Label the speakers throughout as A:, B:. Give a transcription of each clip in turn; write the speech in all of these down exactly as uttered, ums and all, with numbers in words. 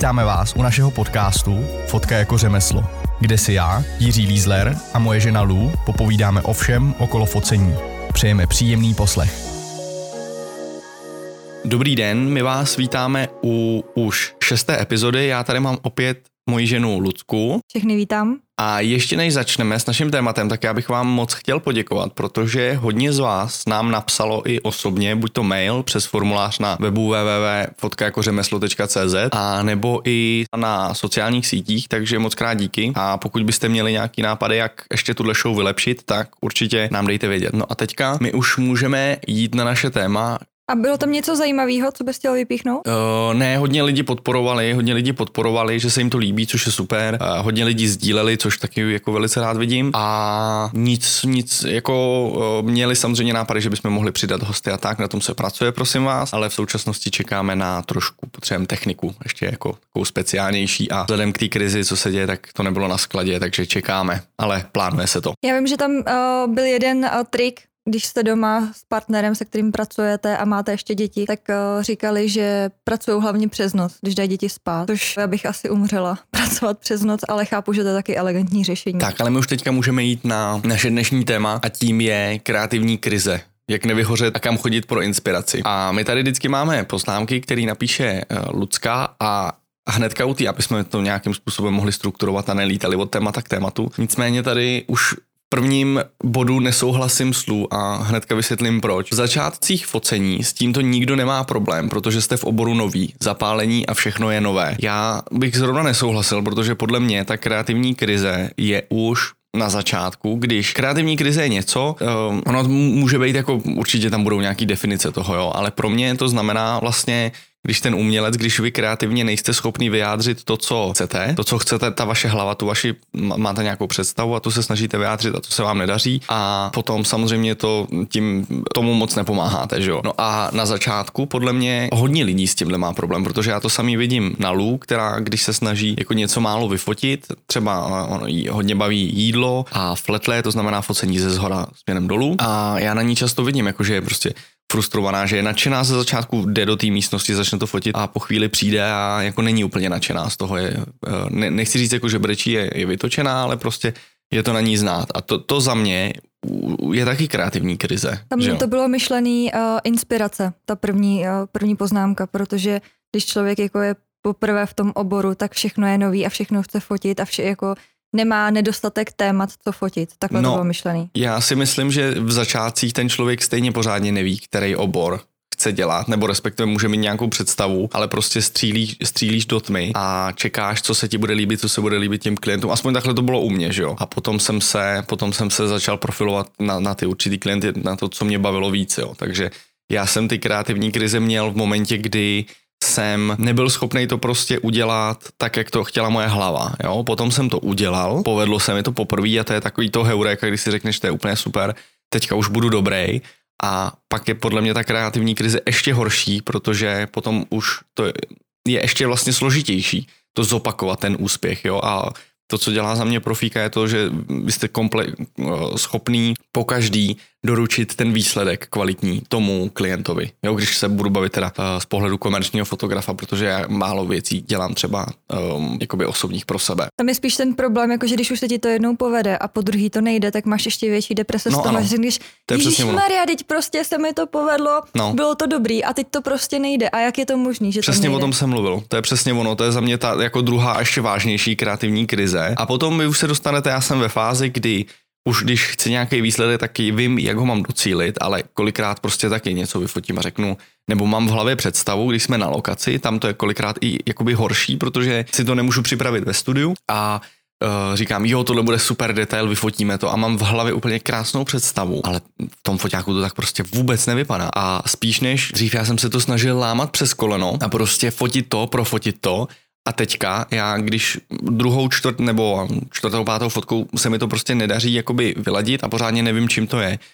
A: Vítáme vás u našeho podcastu Fotka jako řemeslo, kde si já, Jiří Lízler a moje žena Lou popovídáme o všem okolo focení. Přejeme příjemný poslech. Dobrý den, my vás vítáme u už šesté epizody. Já tady mám opět moji ženu Lucku.
B: Všechny vítám.
A: A ještě než začneme s naším tématem, tak já bych vám moc chtěl poděkovat, protože hodně z vás nám napsalo i osobně, buď to mail přes formulář na webu w w w tečka fotka jako řemeslo tečka c z a nebo i na sociálních sítích, takže moc krát díky. A pokud byste měli nějaký nápady, jak ještě tuhle show vylepšit, tak určitě nám dejte vědět. No a teďka my už můžeme jít na naše téma.
B: A bylo tam něco zajímavého, co bys chtěl vypíchnout?
A: Uh, ne, hodně lidi podporovali, hodně lidi podporovali, že se jim to líbí, což je super. Uh, hodně lidí sdíleli, což taky jako velice rád vidím. A nic, nic, jako uh, měli samozřejmě nápady, že bychom mohli přidat hosty a tak, na tom se pracuje, prosím vás, ale v současnosti čekáme na trošku, potřebujeme techniku, ještě jako takovou speciálnější a vzhledem k té krizi, co se děje, tak to nebylo na skladě, takže čekáme, ale plánuje se to.
B: Já vím, že tam uh, byl jeden uh, trik, když jste doma s partnerem, se kterým pracujete a máte ještě děti, tak uh, říkali, že pracují hlavně přes noc, když dají děti spát, což já bych asi umřela pracovat přes noc, ale chápu, že to je taky elegantní řešení.
A: Tak, ale my už teďka můžeme jít na naše dnešní téma a tím je kreativní krize. Jak nevyhořet a kam chodit pro inspiraci. A my tady vždycky máme poznámky, které napíše uh, Lucka a hnedka u té, aby jsme to nějakým způsobem mohli strukturovat a nelítali od témata k tématu. Nicméně tady už v prvním bodu nesouhlasím s Lou a hnedka vysvětlím proč. V začátcích focení s tímto nikdo nemá problém, protože jste v oboru noví, zapálení a všechno je nové. Já bych zrovna nesouhlasil, protože podle mě ta kreativní krize je už na začátku, když kreativní krize je něco, um, ono může být jako, určitě tam budou nějaký definice toho, jo, ale pro mě to znamená vlastně, když ten umělec, když vy kreativně nejste schopný vyjádřit to, co chcete, to, co chcete, ta vaše hlava, tu vaši, máte nějakou představu a tu se snažíte vyjádřit a to se vám nedaří a potom samozřejmě to tím tomu moc nepomáháte, že jo. No a na začátku podle mě hodně lidí s tímhle má problém, protože já to samý vidím na Lou, která když se snaží jako něco málo vyfotit, třeba ono jí hodně baví jídlo a fletle, to znamená focení ze zhora směrem dolů a já na ní často vidím, jakože je prostě frustrovaná, že je nadšená ze začátku, jde do té místnosti, začne to fotit a po chvíli přijde a jako není úplně nadšená z toho. Je, ne, nechci říct, jako, že brečí je, je vytočená, ale prostě je to na ní znát. A to, to za mě je taky kreativní krize.
B: Tam to bylo myšlený uh, inspirace, ta první, uh, první poznámka, protože když člověk jako je poprvé v tom oboru, tak všechno je nový a všechno chce fotit a vše jako nemá nedostatek témat, co fotit. Takhle no, to bylo myšlený.
A: Já si myslím, že v začátcích ten člověk stejně pořádně neví, který obor chce dělat, nebo respektive může mít nějakou představu, ale prostě střílíš, střílíš do tmy a čekáš, co se ti bude líbit, co se bude líbit těm klientům. Aspoň takhle to bylo u mě, že jo. A potom jsem se, potom jsem se začal profilovat na, na ty určitý klienty, na to, co mě bavilo víc, jo. Takže já jsem ty kreativní krize měl v momentě, kdy jsem nebyl schopný to prostě udělat tak, jak to chtěla moje hlava, jo. Potom jsem to udělal, povedlo se mi to poprvé a to je takový to heureka, když si řekneš, to je úplně super, teďka už budu dobrý. A pak je podle mě ta kreativní krize ještě horší, protože potom už to je ještě vlastně složitější to zopakovat ten úspěch, jo. A to, co dělá za mě profíka, je to, že vy jste komple- schopný po každý doručit ten výsledek kvalitní tomu klientovi. Jo, když se budu bavit teda uh, z pohledu komerčního fotografa, protože já málo věcí dělám třeba um, jakoby osobních pro sebe.
B: Tam je spíš ten problém, jako že když už se ti to jednou povede a po druhý to nejde, tak máš ještě větší deprese
A: no,
B: z toho, že když ježišmarja, teď prostě se mi to povedlo, no. Bylo to dobrý a teď to prostě nejde. A jak je to možný, že
A: přesně
B: to nejde?
A: O tom jsem mluvil. To je přesně ono, to je za mě ta jako druhá ještě vážnější kreativní krize. A potom vy už se dostanete, já jsem ve fázi, kdy už když chci nějaký výsledek, tak vím, jak ho mám docílit, ale kolikrát prostě taky něco vyfotím a řeknu, nebo mám v hlavě představu, když jsme na lokaci, tam to je kolikrát i jakoby horší, protože si to nemůžu připravit ve studiu a uh, říkám, jo, tohle bude super detail, vyfotíme to a mám v hlavě úplně krásnou představu, ale v tom foťáku to tak prostě vůbec nevypadá a spíš než dřív já jsem se to snažil lámat přes koleno a prostě fotit to, profotit to. A teďka, já když druhou, čtvrt nebo čtvrtou, pátou fotkou se mi to prostě nedaří jakoby vyladit a pořádně nevím, čím to je,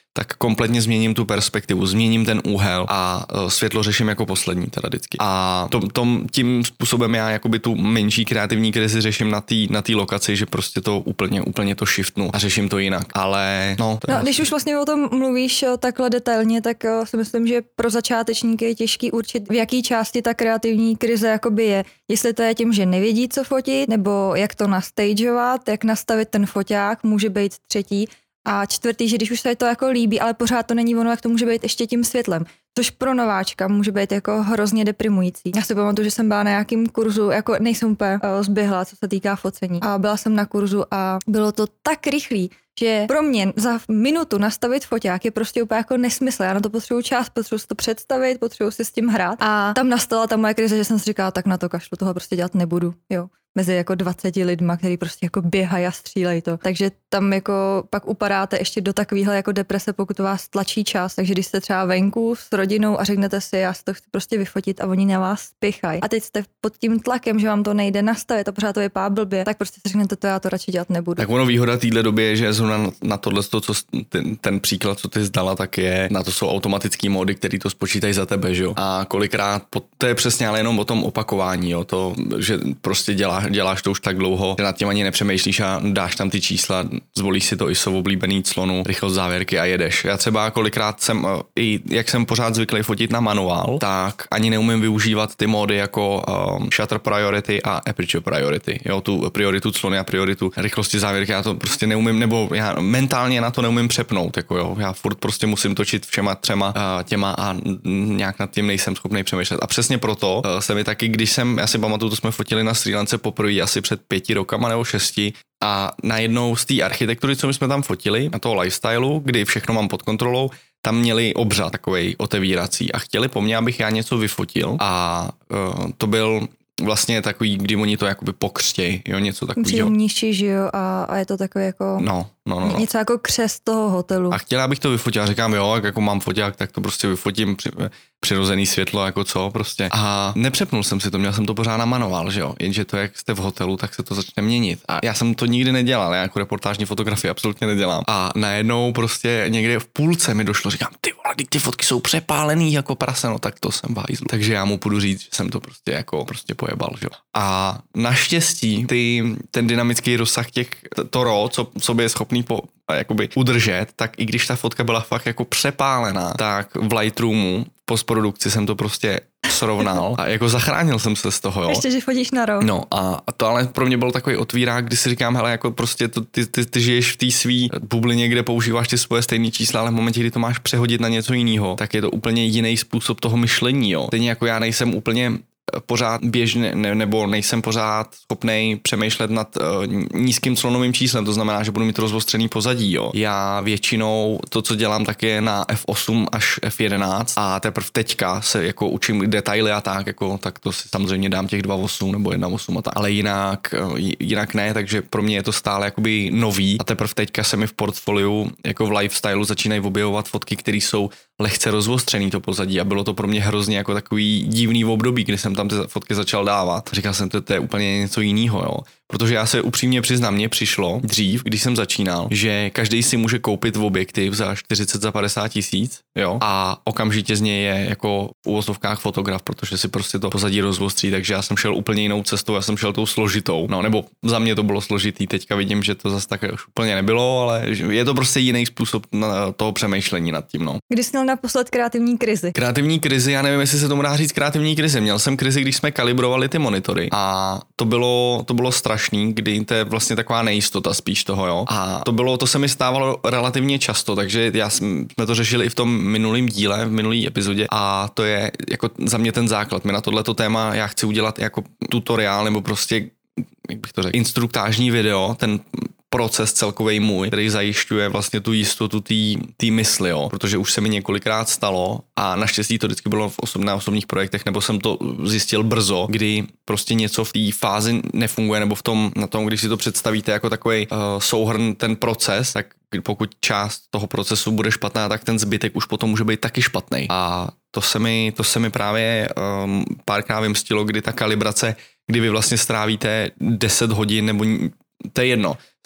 A: tak kompletně změním tu perspektivu, změním ten úhel a světlo řeším jako poslední teda vždycky. A tom, tom, tím způsobem já jakoby tu menší kreativní krizi řeším na té na té lokaci, že prostě to úplně, úplně to shiftnu a řeším to jinak. Ale no.
B: no když vlastně... už vlastně o tom mluvíš takhle detailně, tak si myslím, že pro začátečníky je těžký určit, v jaký části ta kreativní krize jakoby je. Jestli to je tím, že nevědí, co fotit, nebo jak to nastageovat, jak nastavit ten foťák, může být třetí. A čtvrtý, že když už se to jako líbí, ale pořád to není ono, jak to může být ještě tím světlem. Což pro nováčka může být jako hrozně deprimující. Já si pamatuju, že jsem byla na nějakým kurzu, jako nejsem úplně uh, zběhla, co se týká focení. A byla jsem na kurzu a bylo to tak rychlý, že pro mě za minutu nastavit foťák je prostě úplně jako nesmysl. Já na to potřebuji čas, potřebuji si to představit, potřebuji si s tím hrát. A tam nastala ta moje krize, že jsem si říkala, tak na to kašlu, toho prostě dělat nebudu. Jo. Mezi jako dvaceti lidma, který prostě jako běhají a střílejí to. Takže tam jako pak upadáte ještě do takovýhle jako deprese, pokud to vás tlačí čas. Takže když jste třeba venku s rodinou a řeknete si, já si to chci prostě vyfotit a oni na vás spěchají. A teď jste pod tím tlakem, že vám to nejde nastavit a pořád to vypadá blbě, tak prostě si řeknete, to já to radši dělat nebudu.
A: Tak ono výhoda téhle doby je, že zrovna na tohle, co ten, ten příklad, co ty zdala, tak je, na to jsou automatický módy, který to spočítají za tebe, že jo. A kolikrát, to je přesně ale jenom o tom opakování, jo, to, že prostě dělá děláš to už tak dlouho, že nad tím ani nepřemýšlíš a dáš tam ty čísla, zvolíš si to I S O oblíbený clonu, rychlost závěrky a jedeš. Já třeba kolikrát jsem, i jak jsem pořád zvyklý fotit na manuál, tak ani neumím využívat ty módy jako um, shutter priority a aperture priority. Jo, tu prioritu clony a prioritu rychlosti závěrky, já to prostě neumím, nebo já mentálně na to neumím přepnout, jako jo. Já furt prostě musím točit všema třema uh, těma a nějak nad tím nejsem schopný přemýšlet. A přesně proto uh, se mi taky, když jsem, já si pamatuju, to jsme fotili na Srí Lance poprvé asi před pěti rokama nebo šesti a najednou z té architektury, co my jsme tam fotili, na toho lifestylu, kdy všechno mám pod kontrolou, tam měli obřad takovej otevírací a chtěli po mně, abych já něco vyfotil a uh, to byl vlastně takový, kdy oni to jakoby pokřtěj, jo, něco takového.
B: Příjemnější, že jo, a, a je to takové jako...
A: No, no, no, no.
B: Něco jako křest toho hotelu.
A: A chtěla, abych to vyfotil, říkám, jo, jak jako mám foťák, tak to prostě vyfotím, při, přirozený světlo, jako co, prostě. A nepřepnul jsem si to, měl jsem to pořád na manuál, že jo, jenže to, jak jste v hotelu, tak se to začne měnit. A já jsem to nikdy nedělal, já jako reportážní fotografii absolutně nedělám. A najednou prostě někde v půlce mi došlo, říkám, ty vole, ty fotky jsou přepálený jako praseno, tak to jsem v hajzlu. Takže já mu půjdu říct, že jsem to prostě jako prostě pojebal, že jo. A naštěstí ty, ten dynamický rozsah těch, to RAW, co v sobě je schopný po, jakoby udržet, tak i když ta fotka byla fakt jako přepálená, tak v Lightroomu v postprodukci jsem to prostě srovnal a jako zachránil jsem se z toho, jo.
B: Ještě, že fotíš na RAW.
A: No a to ale pro mě byl takový otvírák, kdy si říkám, hele, jako prostě to, ty, ty, ty žiješ v té svý bublině, kde používáš ty svoje stejné čísla, ale v momentě, kdy to máš přehodit na něco jiného, tak je to úplně jiný způsob toho myšlení, jo. Stejně jako já nejsem úplně pořád běžně, ne, nebo nejsem pořád schopnej přemýšlet nad uh, nízkým clonovým číslem, to znamená, že budu mít rozostřený pozadí, jo. Já většinou to, co dělám, tak je na F osm až F jedenáct a teprve teďka se jako učím detaily a tak, jako, tak to si samozřejmě dám těch dva osm nebo jedna osm a tak, ale jinak, jinak ne, takže pro mě je to stále jakoby nový a teprve teďka se mi v portfoliu jako v lifestylu začínají objevovat fotky, které jsou lehce rozostřený to pozadí a bylo to pro mě hrozně jako takový divný období, kdy jsem tam ty fotky začal dávat. Říkal jsem, to, to je úplně něco jiného, jo. Protože já se upřímně přiznám, mně přišlo dřív, když jsem začínal, že každý si může koupit objektiv za čtyřicet, za padesát tisíc, jo, a okamžitě z něj je jako v uvozovkách fotograf, protože si prostě to pozadí rozostří, takže já jsem šel úplně jinou cestou, já jsem šel tou složitou, no, nebo za mě to bylo složitý, teďka vidím, že to zase tak už úplně nebylo, ale je to prostě jiný způsob na toho přemýšlení nad tím, no.
B: Kdy jsi měl naposled kreativní krizi?
A: Kreativní krizi, já nevím, jestli se tomu dá říct kreativní krizi. Měl jsem krizi, když jsme kalibrovali ty monitory a to bylo, to bylo strašný, kdy to je vlastně taková nejistota spíš toho, jo. A to bylo, to se mi stávalo relativně často, takže já jsme to řešili i v tom minulém díle, v minulý epizodě a to je jako za mě ten základ. My na tohleto téma já chci udělat jako tutoriál nebo prostě, jak bych to řekl, instruktážní video, ten proces celkovej můj, který zajišťuje vlastně tu jistotu té mysli, jo, protože už se mi několikrát stalo a naštěstí to vždycky bylo v osob, na osobních projektech, nebo jsem to zjistil brzo, kdy prostě něco v té fázi nefunguje, nebo v tom, na tom, když si to představíte jako takový uh, souhrn ten proces, tak pokud část toho procesu bude špatná, tak ten zbytek už potom může být taky špatný. A to se mi, to se mi právě um, párkrát vymstilo, kdy ta kalibrace, kdy vy vlastně strávíte deset hodin nebo to je jedno,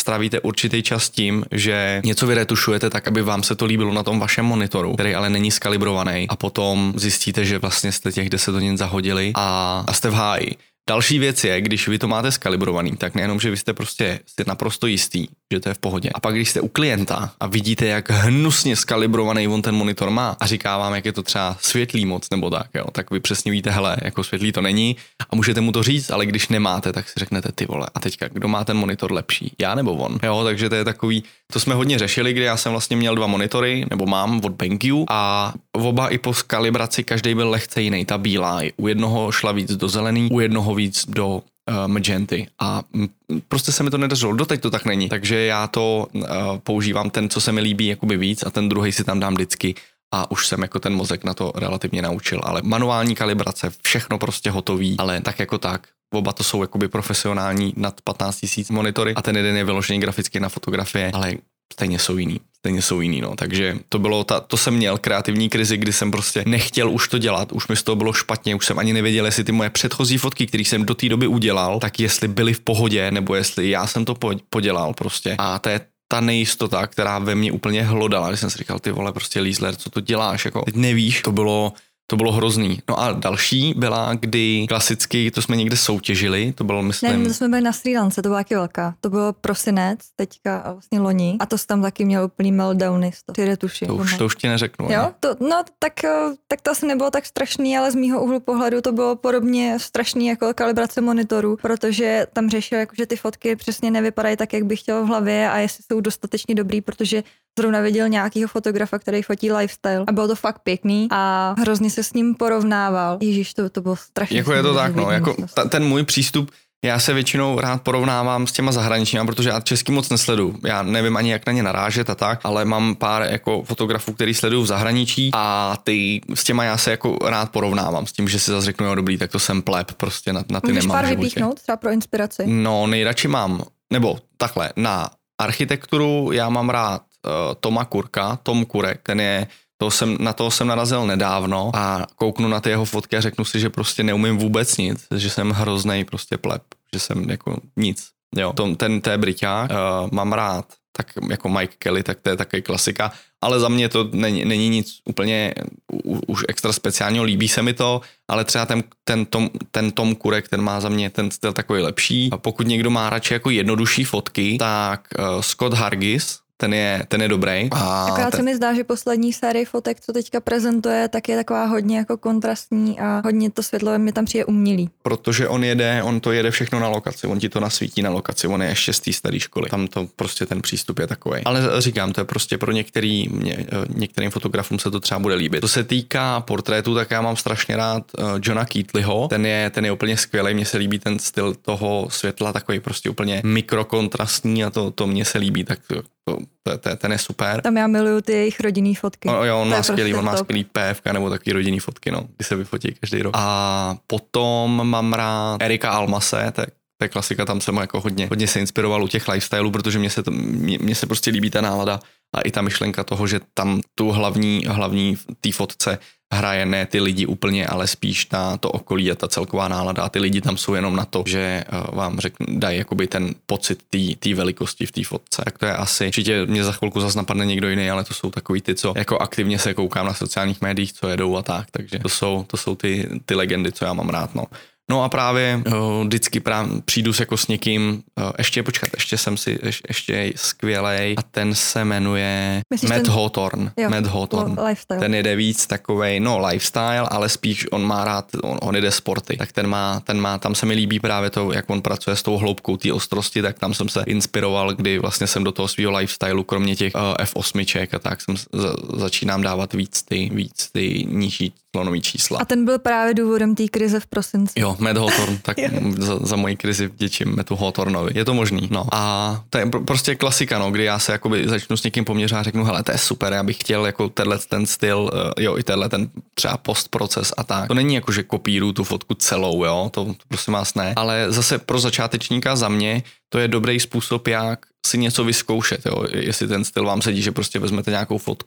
A: strávíte určitý čas tím, že něco vyretušujete tak, aby vám se to líbilo na tom vašem monitoru, který ale není skalibrovaný, a potom zjistíte, že vlastně jste těch deset hodin zahodili a, a jste v háji. Další věc je, když vy to máte skalibrovaný, tak nejenom, že vy jste prostě jste naprosto jistý, že to je v pohodě. A pak, když jste u klienta a vidíte, jak hnusně skalibrovaný on ten monitor má a říká vám, jak je to třeba světlý moc nebo tak, jo, tak vy přesně víte, hele, jako světlý to není a můžete mu to říct, ale když nemáte, tak si řeknete, ty vole, a teďka, kdo má ten monitor lepší, já nebo on, jo, takže to je takový, to jsme hodně řešili, kdy já jsem vlastně měl dva monitory, nebo mám od BenQ, a oba i po skalibraci každý byl lehce jiný, ta bílá, u jednoho šla víc do zelený, u jednoho víc do uh, magenty, a m, prostě se mi to nedařilo, doteď to tak není, takže já to uh, používám ten, co se mi líbí jakoby víc, a ten druhý si tam dám vždycky a už jsem jako ten mozek na to relativně naučil, ale manuální kalibrace, všechno prostě hotový, ale tak jako tak. Oba to jsou jakoby profesionální nad patnáct tisíc monitory a ten jeden je vyložený graficky na fotografie, ale stejně jsou jiný. Stejně jsou jiný, no. Takže to bylo, ta, to jsem měl kreativní krizi, kdy jsem prostě nechtěl už to dělat, už mi z toho bylo špatně, už jsem ani nevěděl, jestli ty moje předchozí fotky, které jsem do té doby udělal, tak jestli byly v pohodě, nebo jestli já jsem to podělal prostě. A to je ta nejistota, která ve mně úplně hlodala, když jsem si říkal, ty vole, prostě Liesler, co to děláš, jako teď nevíš, to bylo To bylo hrozný. No a další byla, kdy klasicky, to jsme někde soutěžili, to bylo, myslím...
B: Ne, to jsme byli na Srí Lance, to byla taky velká. To bylo prosinec, teďka a vlastně loni. A to jsi tam taky měl úplný meltdowny z toho, ty retuši.
A: To už, to už ti neřeknu.
B: Jo? To, no, tak, tak to asi nebylo tak strašný, ale z mýho úhlu pohledu to bylo podobně strašný jako kalibrace monitoru, protože tam řešil, jako, že ty fotky přesně nevypadají tak, jak bych chtěl v hlavě, a jestli jsou dostatečně dobrý, protože zrovna viděl nějakýho fotografa, který fotí lifestyle, a bylo to fakt pěkný a hrozně se s ním porovnával. Ježíš, to, to bylo strašně.
A: Jako je to tak, no, jako ta, ten můj přístup, já se většinou rád porovnávám s těma zahraničníma, protože já český moc nesleduju. Já nevím ani, jak na ně narážet a tak, ale mám pár jako fotografů, který sleduju v zahraničí, a ty s těma já se jako rád porovnávám s tím, že si zase řeknu, jo, dobrý, tak to jsem pleb, prostě na, na ty
B: Můžeš
A: nemám
B: pár
A: životě.
B: vypíchnout třeba pro inspiraci?
A: No, nejradši mám, nebo takhle, na architekturu já mám rád uh, Toma Kurka, Tom Kurek, ten je, to jsem, na toho jsem narazil nedávno a kouknu na ty jeho fotky a řeknu si, že prostě neumím vůbec nic, že jsem hroznej prostě pleb, že jsem jako nic, jo. Tom, ten, ten Briťák, uh, mám rád, tak jako Mike Kelly, tak to je takový klasika, ale za mě to není, není nic úplně u, už extra speciálního, líbí se mi to, ale třeba ten, ten, Tom, ten Tom Kurek, ten má za mě ten styl takový lepší. A pokud někdo má radši jako jednodušší fotky, tak uh, Scott Hargis, ten je, ten je dobrý. A
B: Akorát
A: ten...
B: se mi zdá, že poslední série fotek, co teďka prezentuje, tak je taková hodně jako kontrastní a hodně to světlo mi tam přijde umělý.
A: Protože on jede, on to jede všechno na lokaci, on ti to nasvítí na lokaci, on je ještě z té staré školy. Tam to prostě ten přístup je takový. Ale říkám, to je prostě pro některý, mě, některým fotografům se to třeba bude líbit. Co se týká portrétu, tak já mám strašně rád Johna Keatleyho. Ten je, ten je úplně skvělý, mně se líbí ten styl toho světla, takový prostě úplně mikrokontrastní, a to, to mně se líbí, tak to, to, to, ten je super.
B: Tam já miluju ty jejich rodinný fotky.
A: No, jo, on
B: to
A: má skvělý,
B: prostě
A: on má
B: top.
A: skvělý P F K nebo takový rodinný fotky, no, kdy se vyfotí každý rok. A potom mám rád Erika Almase, to je, to je klasika, tam jsem jako hodně, hodně se inspiroval u těch lifestyleů, protože mně se, to, mě, mě se prostě líbí ta nálada a i ta myšlenka toho, že tam tu hlavní, hlavní té fotce hraje ne ty lidi úplně, ale spíš na to okolí a ta celková nálada, a ty lidi tam jsou jenom na to, že vám řeknu, dají jakoby ten pocit té velikosti v té fotce. Tak to je asi, určitě mě za chvilku zase napadne někdo jiný, ale to jsou takový ty, co jako aktivně se koukám na sociálních médiích, co jedou a tak, takže to jsou, to jsou ty, ty legendy, co já mám rád, no. No a právě uh, vždycky právě přijdu s jako s někým, uh, ještě počkat, ještě jsem si, ještě, ještě skvělej, a ten se jmenuje
B: Myslíš
A: Matt
B: ten...
A: Hawthorne.
B: Jo,
A: Matt Hawthorne.
B: Lifestyle.
A: Ten jede víc takovej, no lifestyle, ale spíš on má rád, on, on jede sporty, tak ten má, ten má, tam se mi líbí právě to, jak on pracuje s tou hloubkou té ostrosti, tak tam jsem se inspiroval, kdy vlastně jsem do toho svého lifestylu, kromě těch uh, F osm a tak jsem za, začínám dávat víc ty, víc ty nižší slonový čísla.
B: A ten byl právě důvodem té krize v prosinci.
A: Jo, Matt Hawthorne, tak za, za moji krizi vděčím Mattu Hawthornovi. Je to možný, no. A to je prostě klasika, no, kdy já se jakoby začnu s někým poměřovat a řeknu, hele, to je super, já bych chtěl jako tenhle ten styl, jo, i tenhle ten třeba postproces a tak. To není jako, že kopíruju tu fotku celou, jo, to, to prosím vás ne, ale zase pro začátečníka za mě to je dobrý způsob, jak si něco vyzkoušet, jo, jestli ten styl vám sedí, že prostě vezmete nějakou fotku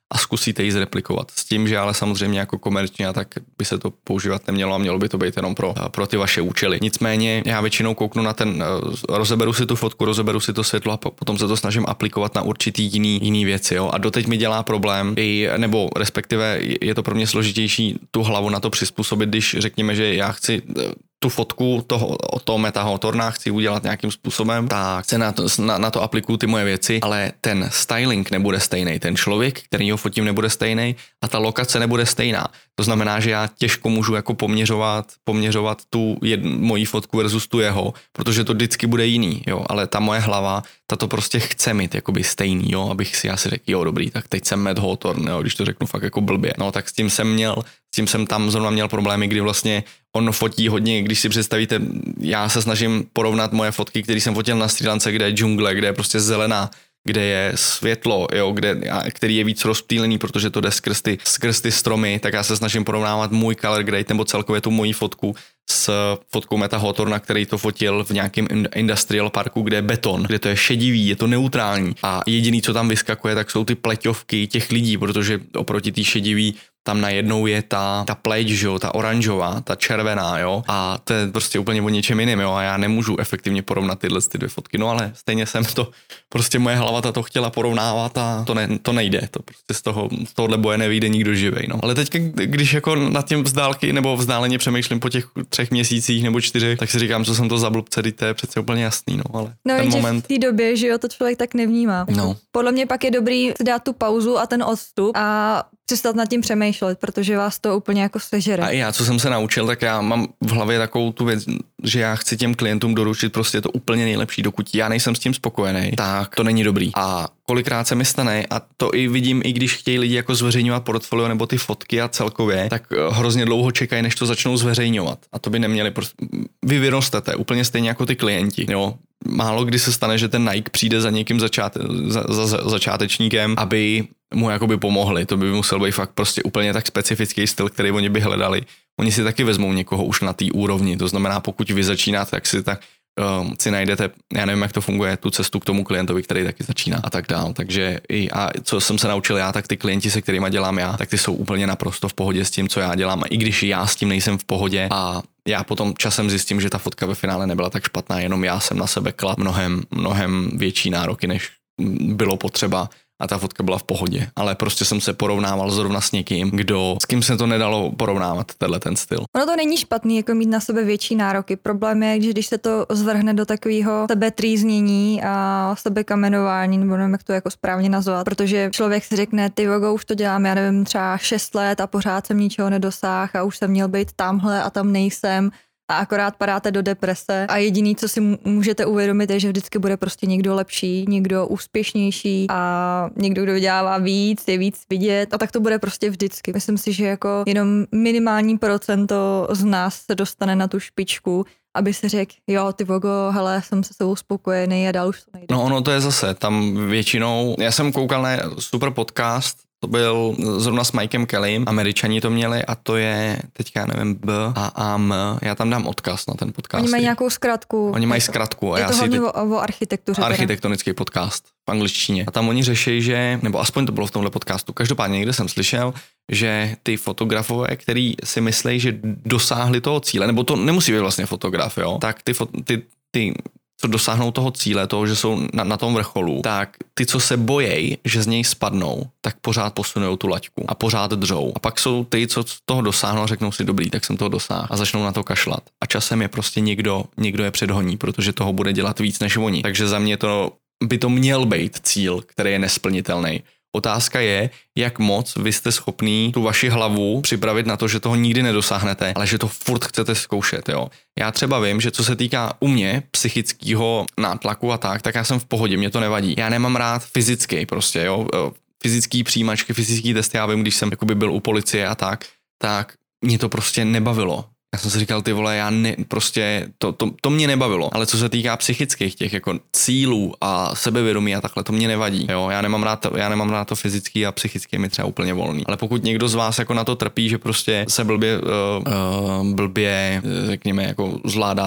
A: a zkusíte ji zreplikovat. S tím, že ale samozřejmě jako komerčně a tak by se to používat nemělo a mělo by to být jenom pro, pro ty vaše účely. Nicméně já většinou kouknu na ten, rozeberu si tu fotku, rozeberu si to světlo a potom se to snažím aplikovat na určitý jiný, jiný věci. Jo? A doteď mi dělá problém, i, nebo respektive je to pro mě složitější tu hlavu na to přizpůsobit, když řekněme, že já chci tu fotku toho, toho metahotorna chci udělat nějakým způsobem, tak se na to, na, na to aplikuju ty moje věci, ale ten styling nebude stejný, ten člověk, který ho fotím, nebude stejný a ta lokace nebude stejná. To znamená, že já těžko můžu jako poměřovat, poměřovat tu jed, moji fotku versus tu jeho, protože to vždycky bude jiný, jo, ale ta moje hlava, ta to prostě chce mít jakoby stejný, jo, abych si asi řekl, jo, dobrý, tak teď jsem Matt Hawthorne, jo, když to řeknu fakt jako blbě. No, tak s tím jsem měl, s tím jsem tam zrovna měl problémy, kdy vlastně on fotí hodně, když si představíte, já se snažím porovnat moje fotky, které jsem fotil na Srí Lance, kde je džungle, kde je prostě zelená, kde je světlo, jo, kde, který je víc rozptýlený, protože to jde skrz ty, skrz ty stromy, tak já se snažím porovnávat můj color grade nebo celkově tu moji fotku s fotkou Meta Hawthorna, který to fotil v nějakém industrial parku, kde je beton, kde to je šedivý, je to neutrální a jediný, co tam vyskakuje, tak jsou ty pleťovky těch lidí, protože oproti té šedivý tam najednou je ta, ta pleť, že jo, ta oranžová, ta červená, jo, a to je prostě úplně o něčem jiným, jo, a já nemůžu efektivně porovnat tyhle ty dvě fotky, no ale stejně jsem to, prostě moje hlava ta to chtěla porovnávat a to, ne, to nejde, to prostě z toho, z tohohle boje nevyjde nikdo živej, no. Ale teď, když jako nad tím vzdálky nebo vzdáleně přemýšlím po těch třech měsících nebo čtyřech, tak si říkám, co jsem to za blbce, to je přece úplně jasný, no, ale
B: no,
A: ten moment...
B: v té době, že jo, to člověk tak nevnímá.
A: No.
B: Podle mě pak je dobrý dát tu pauzu a ten odstup a přestat nad tím přemýšlet, protože vás to úplně jako sežere.
A: A já, co jsem se naučil, tak já mám v hlavě takovou tu věc, že já chci těm klientům doručit prostě to úplně nejlepší. Dokud já nejsem s tím spokojený, tak to není dobrý. A kolikrát se mi stane, a to i vidím, i když chtějí lidi jako zveřejňovat portfolio nebo ty fotky a celkově, tak hrozně dlouho čekají, než to začnou zveřejňovat. A to by neměli prostě... Vy vyrostete úplně stejně jako ty klienti, jo. Málo kdy se stane, že ten Nike přijde za někým začáte, za, za, za začátečníkem, aby mu jakoby pomohli. To by musel být fakt prostě úplně tak specifický styl, který oni by hledali. Oni si taky vezmou někoho už na té úrovni. To znamená, pokud vy začínáte, tak si tak um, si najdete, já nevím, jak to funguje, tu cestu k tomu klientovi, který taky začíná a tak dál. Takže i a co jsem se naučil já, tak ty klienti, se kterými dělám já, tak ty jsou úplně naprosto v pohodě s tím, co já dělám. A i když já s tím nejsem v pohodě a já potom časem zjistím, že ta fotka ve finále nebyla tak špatná, jenom já jsem na sebe klad mnohem, mnohem větší nároky, než bylo potřeba a ta fotka byla v pohodě. Ale prostě jsem se porovnával zrovna s někým, kdo, s kým se to nedalo porovnávat, tenhle ten styl.
B: Ono to není špatný, jako mít na sebe větší nároky. Problém je, že když se to zvrhne do takového sebetrýznění a sebekamenování, nebo nevím, jak to jako správně nazvat, protože člověk si řekne, ty vogo, už to dělám, já nevím, třeba šest let a pořád jsem ničeho nedosáhl a už jsem měl být tamhle a tam nejsem. A akorát padáte do deprese a jediný, co si můžete uvědomit, je, že vždycky bude prostě někdo lepší, někdo úspěšnější a někdo, kdo vydělává víc, je víc vidět a tak to bude prostě vždycky. Myslím si, že jako jenom minimální procento z nás se dostane na tu špičku, aby si řekl, jo, ty vogo, hele, jsem se sebou spokojený a dál už to nejde.
A: No ono to je zase, tam většinou, já jsem koukal na super podcast, to byl zrovna s Mikem Kellym, Američani to měli a to je, teďka nevím, B A A M, já tam dám odkaz na ten podcast.
B: Oni mají nějakou zkratku.
A: Oni mají zkratku. A
B: je
A: já
B: to
A: si
B: hlavně
A: teď...
B: o, o architektuře.
A: Architektonický podcast v angličtině. A tam oni řeší, že, nebo aspoň to bylo v tomhle podcastu, každopádně někde jsem slyšel, že ty fotografové, který si myslí, že dosáhli toho cíle, nebo to nemusí být vlastně fotograf, jo, tak ty, ty, ty co dosáhnou toho cíle, toho, že jsou na, na tom vrcholu, tak ty, co se bojejí, že z něj spadnou, tak pořád posunou tu laťku a pořád držou. A pak jsou ty, co toho dosáhnou a řeknou si, dobrý, tak jsem toho dosáhl a začnou na to kašlat. A časem je prostě někdo, někdo je předhoní, protože toho bude dělat víc než oni. Takže za mě to by to měl být cíl, který je nesplnitelný. Otázka je, jak moc vy jste schopný tu vaši hlavu připravit na to, že toho nikdy nedosáhnete, ale že to furt chcete zkoušet, jo. Já třeba vím, že co se týká u mě psychického nátlaku a tak, tak já jsem v pohodě, mě to nevadí. Já nemám rád fyzický prostě, jo. Fyzický přijímačky, fyzický testy, já vím, když jsem jakoby byl u policie a tak, tak mě to prostě nebavilo. Já jsem si říkal, ty vole, já ne, prostě, to, to, to mě nebavilo, ale co se týká psychických těch jako cílů a sebevědomí a takhle, to mě nevadí, jo, já nemám rád to, já nemám rád to fyzický a psychický mi třeba úplně volný, ale pokud někdo z vás jako na to trpí, že prostě se blbě, uh, uh, blbě, řekněme, jako zvládáte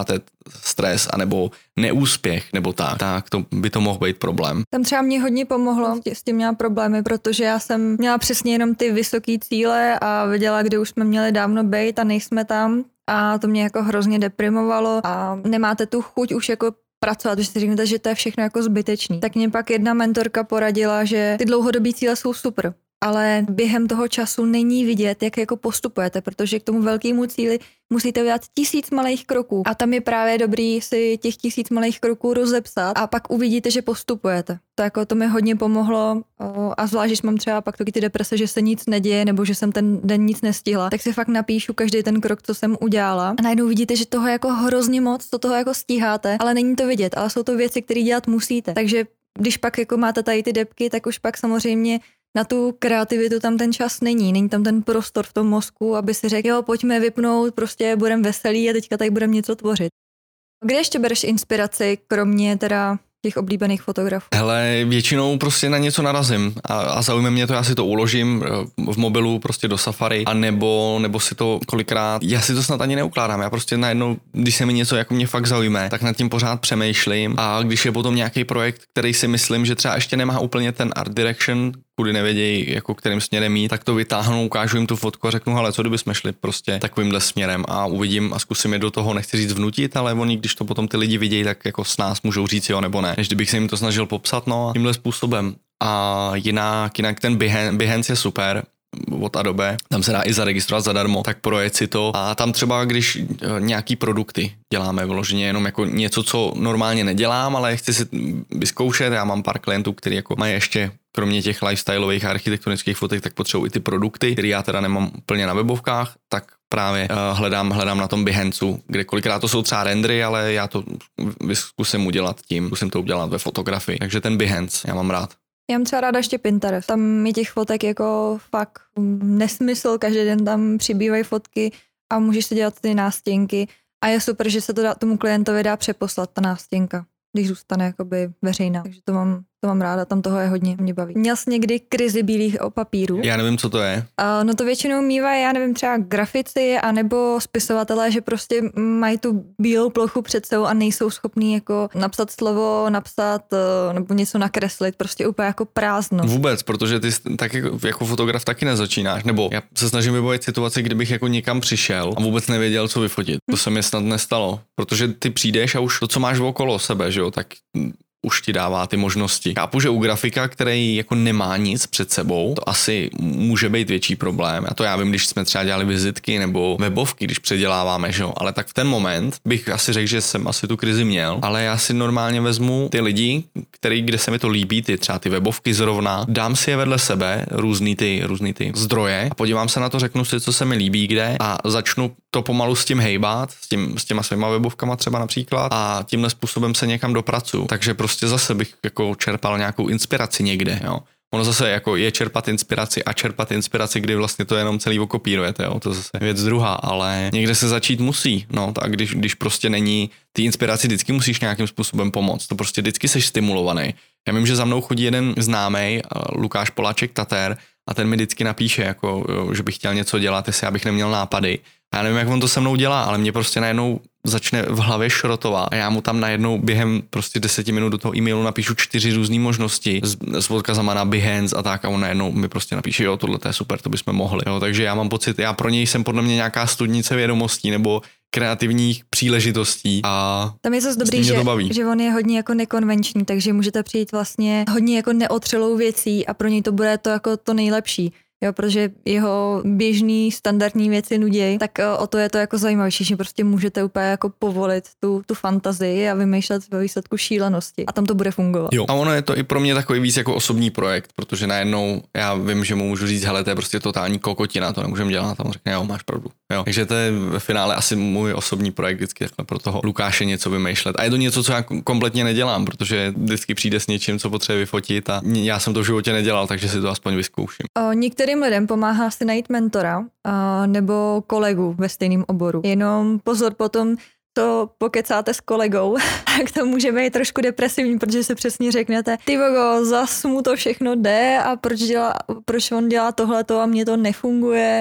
A: stres anebo neúspěch nebo tak, tak to by to mohl být problém.
B: Tam třeba mě hodně pomohlo, s tím měla problémy, protože já jsem měla přesně jenom ty vysoké cíle a věděla, kde už jsme měli dávno být a nejsme tam a to mě jako hrozně deprimovalo a nemáte tu chuť už jako pracovat, protože si řeknete, že to je všechno jako zbytečný. Tak mě pak jedna mentorka poradila, že ty dlouhodobý cíle jsou super, ale během toho času není vidět, jak jako postupujete, protože k tomu velkému cíli musíte udělat tisíc malých kroků a tam je právě dobrý si těch tisíc malých kroků rozepsat a pak uvidíte, že postupujete. To jako to mi hodně pomohlo a zvlášť, když mám třeba pak taky ty deprese, že se nic neděje nebo že jsem ten den nic nestihla, tak si fakt napíšu každý ten krok, co jsem udělala a najednou vidíte, že toho jako hrozně moc, to toho jako stíháte, ale není to vidět, ale jsou to věci, které dělat musíte. Takže když pak jako máte tady ty depky, tak už pak samozřejmě na tu kreativitu tam ten čas není, není tam ten prostor v tom mozku, aby si řekl, jo, pojďme vypnout, prostě budeme veselí a teďka tady budeme něco tvořit. Kde ještě bereš inspiraci, kromě teda těch oblíbených fotografů?
A: Hele, většinou prostě na něco narazím a, a zaujme mě to, já si to uložím v mobilu prostě do Safari, a nebo, nebo si to kolikrát, já si to snad ani neukládám, já prostě najednou, když se mi něco jako mě fakt zaujme, tak nad tím pořád přemýšlím a když je potom nějaký projekt, který si myslím, že třeba ještě nemá úplně ten art direction, kudy nevědějí, jako kterým směrem jít, tak to vytáhnu, ukážu jim tu fotku a řeknu, hele, co kdybychom šli prostě takovýmhle směrem a uvidím a zkusím je do toho, nechci říct vnutit, ale oni, když to potom ty lidi vidějí, tak jako s nás můžou říct jo nebo ne, než kdybych se jim to snažil popsat, no tímhle způsobem. A jinak, jinak ten Behance, Behance je super, od Adobe, tam se dá i zaregistrovat zadarmo, tak projet si to a tam třeba, když nějaký produkty děláme vyloženě jenom jako něco, co normálně nedělám, ale chci si vyzkoušet, já mám pár klientů, kteří jako mají ještě kromě těch lifestyleových a architektonických fotek, tak potřebují i ty produkty, které já teda nemám úplně na webovkách, tak právě uh, hledám, hledám na tom Behanceu, kde kolikrát to jsou třeba rendery, ale já to zkusím udělat tím, zkusím to udělat ve fotografii, takže ten Behance já mám rád.
B: Já mám třeba ráda ještě Pinterest. Tam je těch fotek jako fakt nesmysl, každý den tam přibývají fotky a můžeš si dělat ty nástěnky a je super, že se to dá, tomu klientovi dá přeposlat ta nástěnka, když zůstane jakoby veřejná. Takže to mám, to mám ráda, tam toho je hodně, mě baví. Měl jsi někdy krizi bílých papírů?
A: Já nevím, co to je.
B: Uh, no to většinou mývají, já nevím, třeba grafici anebo spisovatelé, že prostě mají tu bílou plochu před sebou a nejsou schopní jako napsat slovo, napsat uh, nebo něco nakreslit, prostě úplně jako prázdno.
A: Vůbec, protože ty tak jako, jako fotograf taky nezačínáš, nebo já se snažím vybavit situaci, kdybych jako někam přišel a vůbec nevěděl, co vyfotit. To se mi snad nestalo, protože ty přijdeš a už to, co máš okolo sebe, že jo, tak už ti dává ty možnosti. Chápu, že u grafika, který jako nemá nic před sebou, to asi může být větší problém. A to já vím, když jsme třeba dělali vizitky nebo webovky, když předěláváme, že jo. Ale tak v ten moment bych asi řekl, že jsem asi tu krizi měl, ale já si normálně vezmu ty lidi, který, kde se mi to líbí, ty třeba ty webovky zrovna, dám si je vedle sebe, různý ty, různý ty zdroje a podívám se na to, řeknu si, co se mi líbí kde a začnu to pomalu s tím hejbat, s, tím, s těma svýma webovkama třeba například a tímhle způsobem se někam dopracuju. Takže prostě zase bych jako čerpal nějakou inspiraci někde, jo. Ono zase jako je čerpat inspiraci a čerpat inspiraci, kdy vlastně to jenom celý okopírujete, jo. To zase věc druhá, ale někde se začít musí, no, tak když, když prostě není ty inspiraci, vždycky musíš nějakým způsobem pomoct, to prostě vždycky seš stimulovaný. Já vím, že za mnou chodí jeden známej, Lukáš Poláček Tater, a ten mi vždycky napíše, jako, že bych chtěl něco dělat, jestli já bych neměl nápady. A já nevím, jak on to se mnou dělá, ale mě prostě najednou začne v hlavě šrotovat a já mu tam najednou během prostě deseti minut do toho e-mailu napíšu čtyři různé možnosti s, s odkazama na Behance a tak a on najednou mi prostě napíše, jo, tohle je super, to bychom mohli. Jo, takže já mám pocit, já pro něj jsem podle mě nějaká studnice vědomostí nebo kreativních příležitostí a
B: tam je zase dobrý, že, že on je hodně jako nekonvenční, takže můžete přijít vlastně hodně jako neotřelou věcí a pro něj to bude to jako to nejlepší. Jo, protože jeho běžný standardní věci nudějí, tak o to je to jako zajímavější, že prostě můžete úplně jako povolit tu, tu fantazii a vymýšlet ve výsledku šílenosti a tam to bude fungovat.
A: Jo. A ono je to i pro mě takový víc jako osobní projekt, protože najednou já vím, že mu můžu říct, hele, to je prostě totální kokotina, to nemůžeme dělat a on řekne, jo, máš pravdu. Jo. Takže to je ve finále asi můj osobní projekt vždycky takhle pro toho Lukáše něco vymýšlet. A je to něco, co já kompletně nedělám, protože vždycky přijde s něčím, co potřebuje vyfotit a já jsem to v životě nedělal, takže si to aspoň vyzkouším.
B: O, některým lidem pomáhá si najít mentora a, nebo kolegu ve stejném oboru. Jenom pozor potom, to pokecáte s kolegou, tak to může být trošku depresivní, protože si přesně řeknete, ty vogo, zas mu to všechno jde a proč, dělá, proč on dělá tohleto a mně to nefunguje. A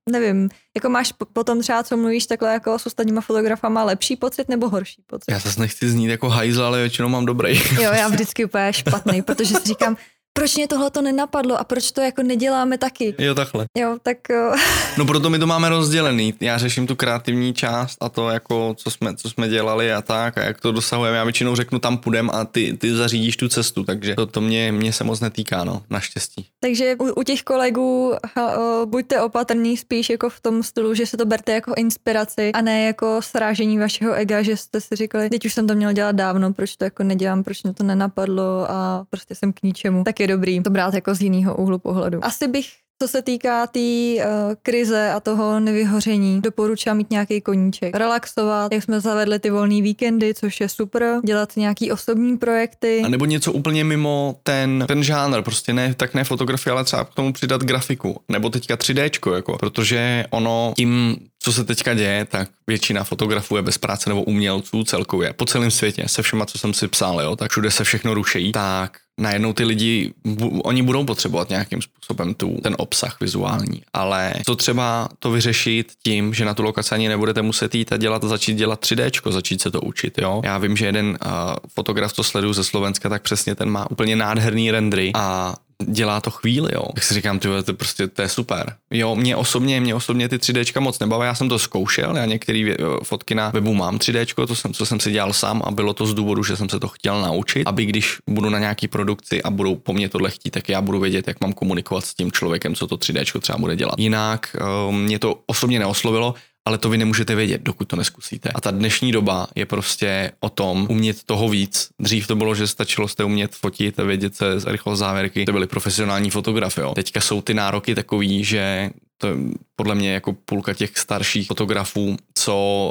B: nevím, jako máš potom třeba, co mluvíš takhle jako s ostatníma fotografama, lepší pocit nebo horší pocit?
A: Já zase nechci znít jako hajzl, ale většinou mám dobrý.
B: Jo, já vždycky úplně špatný, protože si říkám, proč mě tohle to nenapadlo a proč to jako neděláme taky?
A: Jo, takhle.
B: Jo, tak... Jo.
A: No proto my to máme rozdělený. Já řeším tu kreativní část a to jako, co jsme, co jsme dělali a tak a jak to dosahujeme. Já většinou řeknu, tam půjdem a ty, ty zařídíš tu cestu, takže to, to mě, mě se moc netýká, no, naštěstí.
B: Takže u, u těch kolegů ha, o, buďte opatrní spíš jako v tom stylu, že se to berte jako inspiraci a ne jako srážení vašeho ega, že jste si říkali, teď už jsem to měl dělat dávno, proč to jako nedělám, proč mě to nenapadlo a prostě jsem k ničemu. Tak je dobrý to brát jako z jiného úhlu pohledu. Asi bych, co se týká té tý, uh, krize a toho nevyhoření, doporučila mít nějaký koníček. Relaxovat, jak jsme zavedli ty volný víkendy, což je super, dělat nějaký osobní projekty.
A: A nebo něco úplně mimo ten, ten žánr, prostě ne, tak ne fotografie, ale třeba k tomu přidat grafiku, nebo teďka tři déčko, jako, protože ono tím, co se teďka děje, tak většina fotografů je bez práce nebo umělců celkově po celém světě, se všema, co jsem si psal, jo, tak všude se všechno ruší, tak najednou ty lidi, bu, oni budou potřebovat nějakým způsobem tu, ten obsah vizuální, ale co třeba to vyřešit tím, že na tu lokaci ani nebudete muset jít a dělat, začít dělat tři déčko, začít se to učit, jo. Já vím, že jeden uh, fotograf, co sleduju ze Slovenska, tak přesně ten má úplně nádherný rendry a dělá to chvíli, jo. Tak si říkám, tyhle, to prostě to je super. Jo, mě osobně, mě osobně ty tři déčka moc nebaví, já jsem to zkoušel, já některé fotky na webu mám tři déčko, to jsem, co jsem si dělal sám a bylo to z důvodu, že jsem se to chtěl naučit, aby když budu na nějaký produkci a budou po mně tohle chtít, tak já budu vědět, jak mám komunikovat s tím člověkem, co to tři déčko třeba bude dělat. Jinak um, mě to osobně neoslovilo, ale to vy nemůžete vědět, dokud to neskusíte. A ta dnešní doba je prostě o tom umět toho víc. Dřív to bylo, že stačilo jste umět fotit a vědět se z rychlost závěrky. To byly profesionální fotografy, jo. Teďka jsou ty nároky takový, že to je podle mě jako půlka těch starších fotografů, co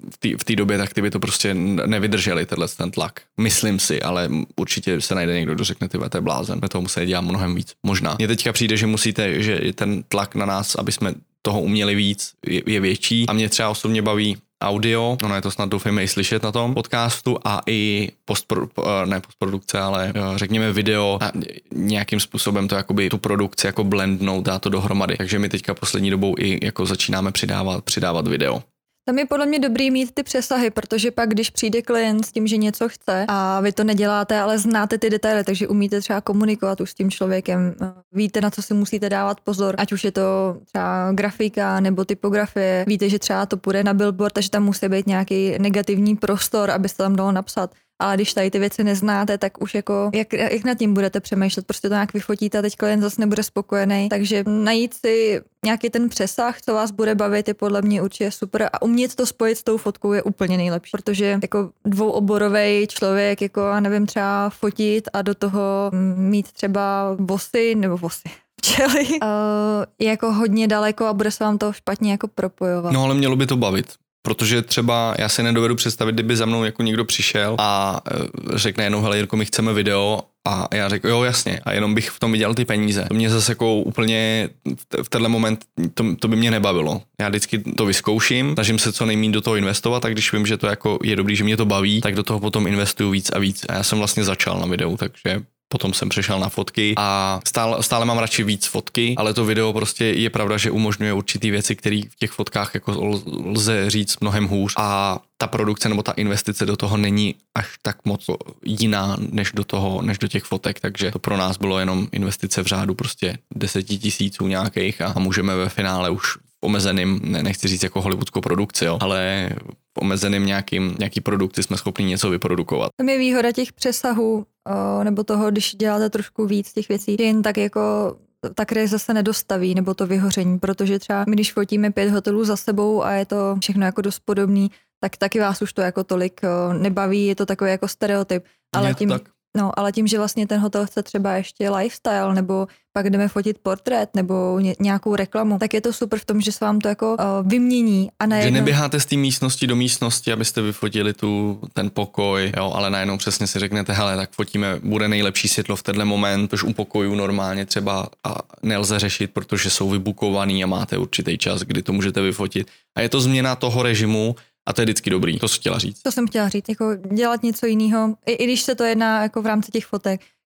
A: v té době, tak ty by to prostě nevydrželi, tenhle ten tlak. Myslím si, ale určitě se najde někdo, kdo řekne, ty to je blázen, my toho musí dělat mnohem víc. Možná. Mně teďka přijde, že musíte, že ten tlak na nás, aby jsme toho uměli víc, je, je větší a mě třeba osobně baví audio, ono je to snad doufejme i slyšet na tom podcastu a i postpro, ne postprodukce, ale řekněme video a nějakým způsobem to jakoby tu produkci jako blendnout, dát to dohromady. Takže my teďka poslední dobou i jako začínáme přidávat, přidávat video.
B: Tam je podle mě dobrý mít ty přesahy, protože pak, když přijde klient s tím, že něco chce a vy to neděláte, ale znáte ty detaily, takže umíte třeba komunikovat už s tím člověkem, víte, na co si musíte dávat pozor, ať už je to třeba grafika nebo typografie, víte, že třeba to půjde na billboard, takže tam musí být nějaký negativní prostor, abyste tam dalo napsat. Ale když tady ty věci neznáte, tak už jako, jak, jak nad tím budete přemýšlet, prostě to nějak vyfotíte a teď klient zase nebude spokojený. Takže najít si nějaký ten přesah, co vás bude bavit, je podle mě určitě super a umět to spojit s tou fotkou je úplně nejlepší, protože jako dvouoborovej člověk, jako já nevím, třeba fotit a do toho mít třeba vosy nebo vosy. Včely, uh, je jako hodně daleko a bude se vám to špatně jako propojovat.
A: No ale mělo by to bavit. Protože třeba já si nedovedu představit, kdyby za mnou jako někdo přišel a řekne jenom, hele Jirko, my chceme video a já řekl, jo jasně, a jenom bych v tom viděl ty peníze. To mě zase jako úplně v tenhle moment, to, to by mě nebavilo. Já vždycky to vyzkouším, snažím se co nejméně do toho investovat a když vím, že to jako je dobrý, že mě to baví, tak do toho potom investuju víc a víc. A já jsem vlastně začal na videu, takže potom jsem přešel na fotky a stále, stále mám radši víc fotky, ale to video prostě je pravda, že umožňuje určitý věci, které v těch fotkách jako lze říct mnohem hůř a ta produkce nebo ta investice do toho není až tak moc jiná než do toho, než do těch fotek, takže to pro nás bylo jenom investice v řádu prostě deseti tisíců nějakých a, a můžeme ve finále už v omezeným, ne, nechci říct jako hollywoodskou produkci, jo, ale v omezeným nějakým, nějaký produkci jsme schopni něco vyprodukovat.
B: Tam je výhoda těch přesahů, nebo toho, když děláte trošku víc těch věcí, že jen tak jako ta krize se nedostaví, nebo to vyhoření, protože třeba my, když fotíme pět hotelů za sebou a je to všechno jako dost podobný, tak taky vás už to jako tolik nebaví, je to takový jako stereotyp. Ale tím, no, ale tím, že vlastně ten hotel chce třeba ještě lifestyle, nebo pak jdeme fotit portrét, nebo ně, nějakou reklamu, tak je to super v tom, že se vám to jako uh, vymění. A najednou...
A: Že neběháte z té místnosti do místnosti, abyste vyfotili tu, ten pokoj, jo, ale najednou přesně si řeknete, hele, tak fotíme, bude nejlepší světlo v tenhle moment, tož u pokojů normálně třeba a nelze řešit, protože jsou vybukovaný a máte určitý čas, kdy to můžete vyfotit. A je to změna toho režimu, a to je vždycky dobrý, to jsem chtěla říct.
B: To jsem chtěla říct, jako dělat něco jiného, i, i když se to jedná jako v rámci těch fotek,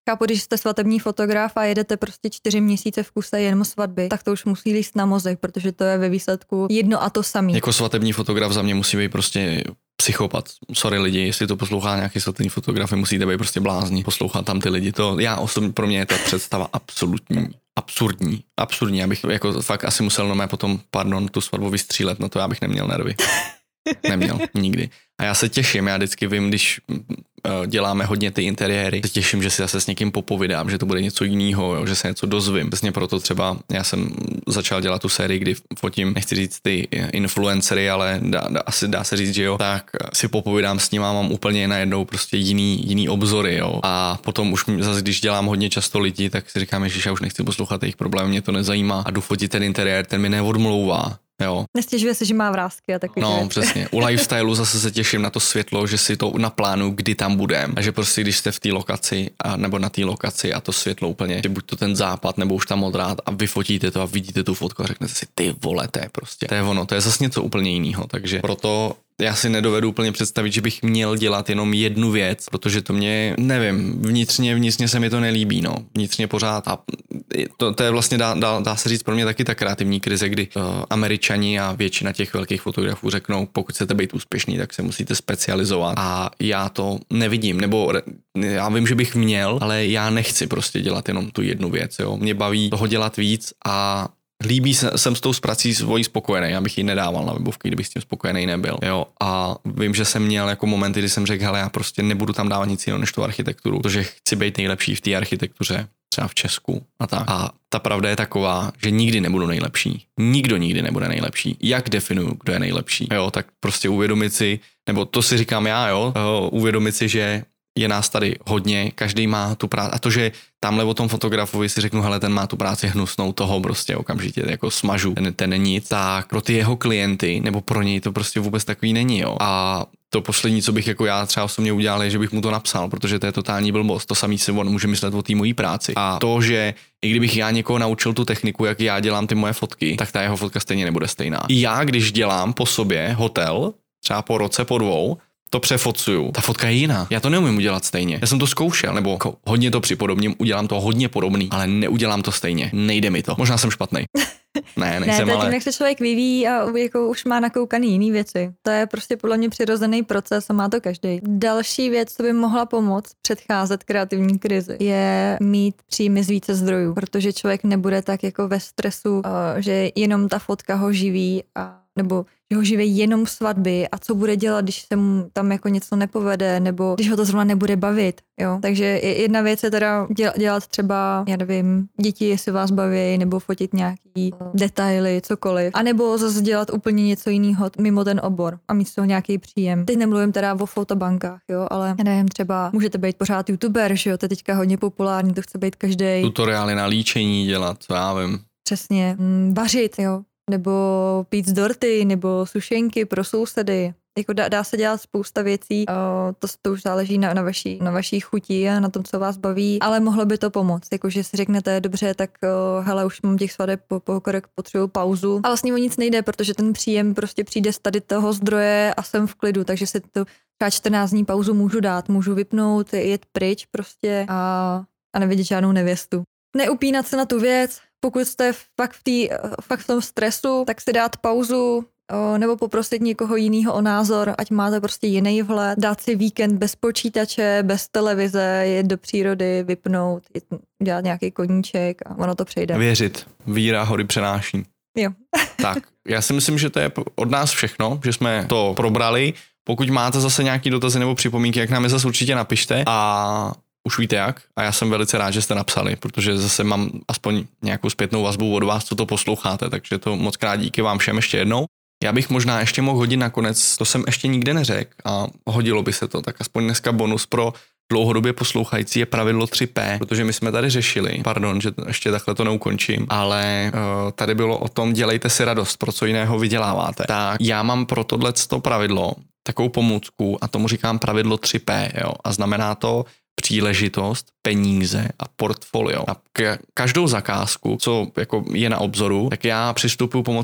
B: Chápu, když jste svatební fotograf a jedete prostě čtyři měsíce v kuse jenom svatby, tak to už musí líst na mozek, protože to je ve výsledku jedno a to samé.
A: Jako svatební fotograf za mě musí být prostě psychopat. Sorry lidi, jestli to poslouchá nějaký svatební fotograf, musíte být prostě blázni. Poslouchat tam ty lidi. To já osobně, pro mě je ta představa absolutní. Absurdní, absurdní, já bych jako fakt asi musel no mé potom, pardon, tu svatbu vystřílet, na to já bych neměl nervy. Neměl, nikdy. A já se těším, já vždycky vím, když uh, děláme hodně ty interiéry, se těším, že si zase s někým popovídám, že to bude něco jiného, jo, že se něco dozvím. Přesně proto třeba já jsem začal dělat tu sérii, kdy fotím, nechci říct ty influencery, ale dá, dá, asi dá se říct, že jo, tak si popovídám s nima, mám úplně najednou prostě jiný, jiný obzory, jo. A potom už zase, když dělám hodně často lidi, tak si říkám, že já už nechci poslouchat jejich problémy, mě to nezajímá a jdu fotit ten interiér, ten mi neodmlouvá. Jo.
B: Nestěžuje se, že má vrásky a takový.
A: No, přesně. U lifestyleu zase se těším na to světlo, že si to naplánu, kdy tam budem. A že prostě, když jste v té lokaci a, nebo na té lokaci a to světlo úplně, že buď to ten západ, nebo už tam modrá a vyfotíte to a vidíte tu fotku a řeknete si, ty vole, to je prostě, to je ono, to je zase něco úplně jiného. Takže proto já si nedovedu úplně představit, že bych měl dělat jenom jednu věc, protože to mě, nevím, vnitřně, vnitřně se mi to nelíbí, no, vnitřně pořád. A to, to je vlastně, dá, dá, dá se říct pro mě taky ta kreativní krize, kdy uh, Američani a většina těch velkých fotografů řeknou, pokud chcete být úspěšný, tak se musíte specializovat. A já to nevidím, nebo já vím, že bych měl, ale já nechci prostě dělat jenom tu jednu věc, jo. Mě baví toho dělat víc a líbí se, jsem s tou prací svojí spokojený, já bych ji nedával na webovky, kdybych s tím spokojený nebyl, jo, a vím, že jsem měl jako momenty, kdy jsem řekl, hele, já prostě nebudu tam dávat nic jiného než tu architekturu, protože chci být nejlepší v té architektuře, třeba v Česku a tak. A ta pravda je taková, že nikdy nebudu nejlepší, nikdo nikdy nebude nejlepší, jak definuju, kdo je nejlepší, jo, tak prostě uvědomit si, nebo to si říkám já, jo, uvědomit si, že je nás tady hodně, každý má tu práci a to, že tamhle o tom fotografovi si řeknu, hele, ten má tu práci hnusnou, toho prostě okamžitě jako smažu, ten, ten není nic, tak pro ty jeho klienty nebo pro něj to prostě vůbec takový není, jo. A to poslední, co bych jako já třeba osobně udělal, je, že bych mu to napsal, protože to je totální blbost, to samý si on může myslet o té mojí práci. A to, že i kdybych já někoho naučil tu techniku, jak já dělám ty moje fotky, tak ta jeho fotka stejně nebude stejná. I já, když dělám po sobě hotel, třeba po roce, po dvou, to přefocuju. Ta fotka je jiná. Já to neumím udělat stejně. Já jsem to zkoušel, nebo jako hodně to připodobním, udělám to hodně podobný, ale neudělám to stejně. Nejde mi to. Možná jsem špatný. Ne, nejsem,
B: ne, to je
A: ale...
B: tím, jak se člověk vyvíjí a jako už má nakoukaný jiný věci. To je prostě podle mě přirozený proces a má to každý. Další věc, co by mohla pomoct předcházet kreativní krizi, je mít příjmy z více zdrojů, protože člověk nebude tak jako ve stresu, že jenom ta fotka ho živí a nebo že ho živí jenom svatby a co bude dělat, když se mu tam jako něco nepovede, nebo když ho to zrovna nebude bavit, jo. Takže jedna věc je teda dělat třeba, já nevím, děti, jestli vás baví, nebo fotit nějaký detaily, cokoliv, a nebo zase dělat úplně něco jiného mimo ten obor a mít z toho nějaký příjem. Teď nemluvím teda o fotobankách, jo, ale já nevím, třeba můžete být pořád youtuber, že jo, to je teďka hodně populární, to chce být každý.
A: Tutoriály na líčení dělat, co já vím.
B: Přesně, mm, vařit, jo. Nebo pít z dorty, nebo sušenky pro sousedy. Jako dá, dá se dělat spousta věcí, o, to, to už záleží na, na, vaší, na vaší chuti a na tom, co vás baví, ale mohlo by to pomoct. Jakože si řeknete, dobře, tak o, hele, už mám těch svadeb po, po korek, potřebuju pauzu. A vlastně o nic nejde, protože ten příjem prostě přijde z tady toho zdroje a jsem v klidu, takže si to třeba čtrnáct dní pauzu můžu dát, můžu vypnout, jet pryč prostě a, a nevidět žádnou nevěstu. Neupínat se na tu věc. Pokud jste fakt v, tý, fakt v tom stresu, tak si dát pauzu o, nebo poprosit někoho jiného o názor, ať máte prostě jiný vhled, dát si víkend bez počítače, bez televize, jet do přírody, vypnout, jet, dělat nějaký koníček a ono to přejde.
A: Věřit. Víra hory přenáší.
B: Jo.
A: Tak, já si myslím, že to je od nás všechno, že jsme to probrali. Pokud máte zase nějaký dotazy nebo připomínky, jak nám je zase určitě napište a už víte jak a já jsem velice rád, že jste napsali, protože zase mám aspoň nějakou zpětnou vazbu od vás, co to posloucháte, takže to moc krát díky vám všem ještě jednou. Já bych možná ještě mohl hodit nakonec, to jsem ještě nikde neřekl a hodilo by se to, tak aspoň dneska bonus pro dlouhodobě poslouchající je pravidlo tři pé, protože my jsme tady řešili, pardon, že ještě takhle to neukončím, ale uh, tady bylo o tom dělejte si radost, pro co jiného vyděláváte. Tak já mám pro tohleto pravidlo takovou pomůcku a tomu říkám pravidlo tři pé, jo, a znamená to příležitost, peníze a portfolio. A k každou zakázku, co jako je na obzoru, tak já přistupuji pomocí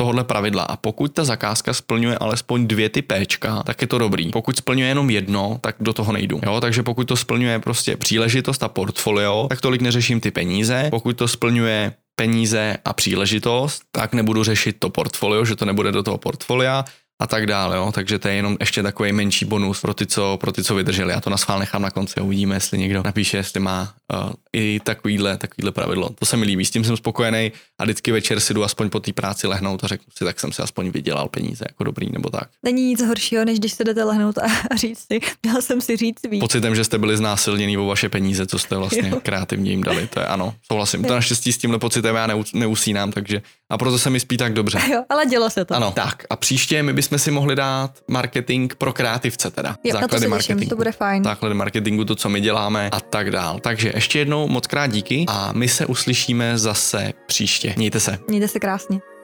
A: tohohle pravidla a pokud ta zakázka splňuje alespoň dvě ty péčka, tak je to dobrý. Pokud splňuje jenom jedno, tak do toho nejdu. Jo, takže pokud to splňuje prostě příležitost a portfolio, tak tolik neřeším ty peníze. Pokud to splňuje peníze a příležitost, tak nebudu řešit to portfolio, že to nebude do toho portfolia a tak dále, jo. Takže to je jenom ještě takový menší bonus pro ty, co, pro ty, co vydrželi. Já to na schvál nechám na konci a uvidíme, jestli někdo napíše, jestli má uh, i takovýhle, takovýhle pravidlo. To se mi líbí, s tím jsem spokojený a vždycky večer si jdu aspoň po té práci lehnout a řeknu si, tak jsem si aspoň vydělal peníze, jako dobrý nebo tak.
B: Není nic horšího, než když se jdete lehnout a říct si, měl jsem si říct víc.
A: Pocitem, že jste byli znásilnění o vaše peníze, co jste vlastně jo. kreativně jim dali, to je ano, souhlasím. Jo. To naštěstí s tímhle pocitem já neusínám, takže a proto se mi spí tak dobře.
B: Jo, ale dělo se to.
A: Ano, tak a příště my bychom si mohli dát marketing pro kreativce teda.
B: Jo, základy marketingu. To bude fajn.
A: Základy marketingu, to, co my děláme a tak dál. Takže ještě jednou moc krát díky a my se uslyšíme zase příště. Mějte se.
B: Mějte se krásně.